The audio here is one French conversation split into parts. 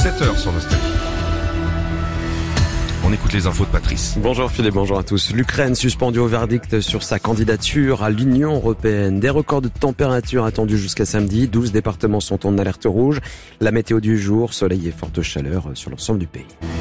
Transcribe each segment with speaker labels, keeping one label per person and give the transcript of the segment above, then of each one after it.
Speaker 1: 7h sur Nostalgie. On écoute les infos de Patrice.
Speaker 2: Bonjour Philippe, bonjour à tous. L'Ukraine suspendue au verdict sur sa candidature à l'Union européenne. Des records de température attendus jusqu'à samedi. 12 départements sont en alerte rouge. La météo du jour, soleil et forte chaleur sur l'ensemble du pays.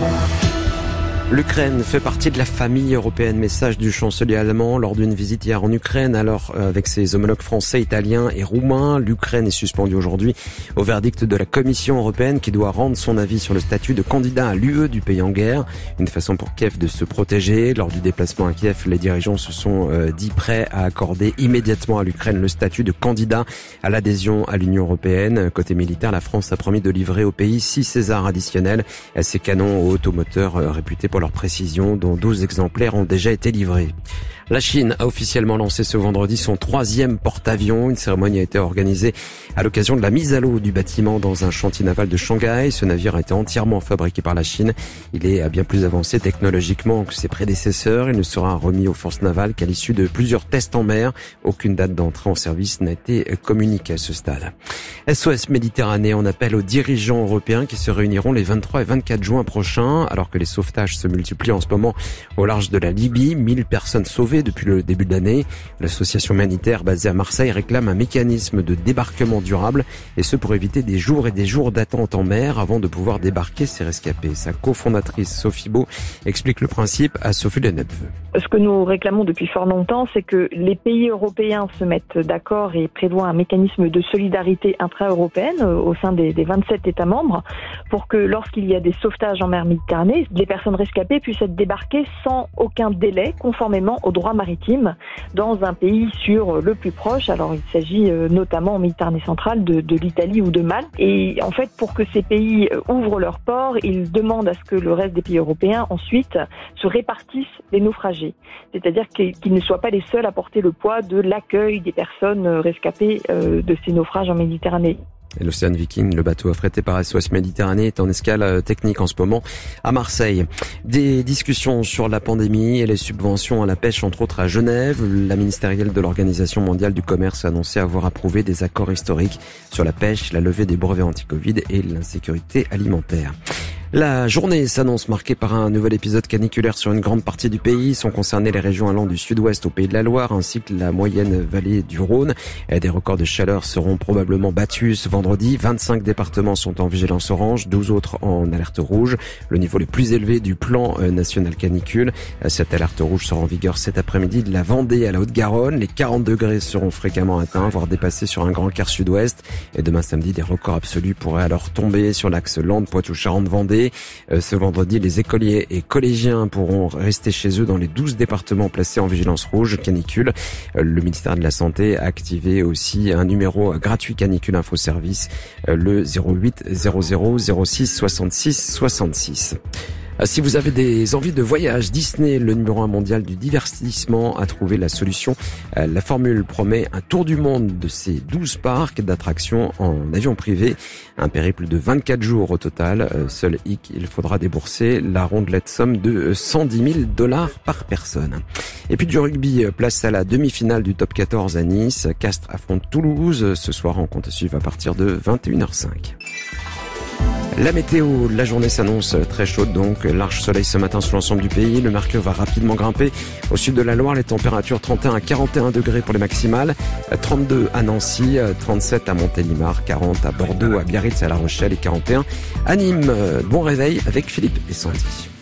Speaker 2: L'Ukraine fait partie de la famille européenne. Message du chancelier allemand lors d'une visite hier en Ukraine. Alors, avec ses homologues français, italiens et roumains, l'Ukraine est suspendue aujourd'hui au verdict de la Commission européenne qui doit rendre son avis sur le statut de candidat à l'UE du pays en guerre. Une façon pour Kiev de se protéger. Lors du déplacement à Kiev, les dirigeants se sont dit prêts à accorder immédiatement à l'Ukraine le statut de candidat à l'adhésion à l'Union européenne. Côté militaire, la France a promis de livrer au pays 6 Césars additionnels. Ces canons automoteurs réputés pour leur précision, dont 12 exemplaires ont déjà été livrés. La Chine a officiellement lancé ce vendredi son 3e porte-avions. Une cérémonie a été organisée à l'occasion de la mise à l'eau du bâtiment dans un chantier naval de Shanghai. Ce navire a été entièrement fabriqué par la Chine. Il est bien plus avancé technologiquement que ses prédécesseurs. Il ne sera remis aux forces navales qu'à l'issue de plusieurs tests en mer. Aucune date d'entrée en service n'a été communiquée à ce stade. SOS Méditerranée en appelle aux dirigeants européens qui se réuniront les 23 et 24 juin prochains, alors que les sauvetages se multiplient en ce moment au large de la Libye. 1000 personnes sauvées depuis le début de l'année. L'association humanitaire basée à Marseille réclame un mécanisme de débarquement durable, et ce pour éviter des jours et des jours d'attente en mer avant de pouvoir débarquer ces rescapés. Sa cofondatrice Sophie Beau explique le principe à Sophie Lenepveux.
Speaker 3: Ce que nous réclamons depuis fort longtemps, c'est que les pays européens se mettent d'accord et prévoient un mécanisme de solidarité intra-européenne au sein des 27 États membres pour que lorsqu'il y a des sauvetages en mer Méditerranée, les personnes rescapées puissent être débarquées sans aucun délai, conformément au droit maritime, dans un pays sûr le plus proche. Alors il s'agit notamment en Méditerranée centrale de l'Italie ou de Malte. Et en fait, pour que ces pays ouvrent leurs ports, ils demandent à ce que le reste des pays européens ensuite se répartissent les naufragés. C'est-à-dire qu'ils ne soient pas les seuls à porter le poids de l'accueil des personnes rescapées de ces naufrages en Méditerranée.
Speaker 2: Et l'Océan Viking, le bateau affrété par SOS Méditerranée, est en escale technique en ce moment à Marseille. Des discussions sur la pandémie et les subventions à la pêche, entre autres à Genève. La ministérielle de l'Organisation mondiale du commerce a annoncé avoir approuvé des accords historiques sur la pêche, la levée des brevets anti-Covid et l'insécurité alimentaire. La journée s'annonce marquée par un nouvel épisode caniculaire sur une grande partie du pays. Sont concernées les régions allant du sud-ouest au Pays de la Loire ainsi que la moyenne vallée du Rhône. Et des records de chaleur seront probablement battus ce vendredi. 25 départements sont en vigilance orange, 12 autres en alerte rouge. Le niveau le plus élevé du plan national canicule. Cette alerte rouge sera en vigueur cet après-midi de la Vendée à la Haute-Garonne. Les 40 degrés seront fréquemment atteints, voire dépassés sur un grand quart sud-ouest. Et demain samedi, des records absolus pourraient alors tomber sur l'axe Landes, Poitou-Charentes-Vendée. Ce vendredi, les écoliers et collégiens pourront rester chez eux dans les 12 départements placés en vigilance rouge canicule. Le ministère de la Santé a activé aussi un numéro gratuit canicule info service, le 08 00 06 66 66. Si vous avez des envies de voyage, Disney, le numéro 1 mondial du divertissement, a trouvé la solution. La formule promet un tour du monde de ces 12 parcs d'attractions en avion privé. Un périple de 24 jours au total. Seul hic, il faudra débourser la rondelette somme de $110 000 par personne. Et puis du rugby, place à la demi-finale du top 14 à Nice. Castres affronte Toulouse. Ce soir, on compte suivre à partir de 21h05. La météo, la journée s'annonce très chaude donc, large soleil ce matin sur l'ensemble du pays, le mercure va rapidement grimper. Au sud de la Loire, les températures 31 à 41 degrés pour les maximales, 32 à Nancy, 37 à Montélimar, 40 à Bordeaux, à Biarritz, à La Rochelle et 41 à Nîmes. Bon réveil avec Philippe et Sandy.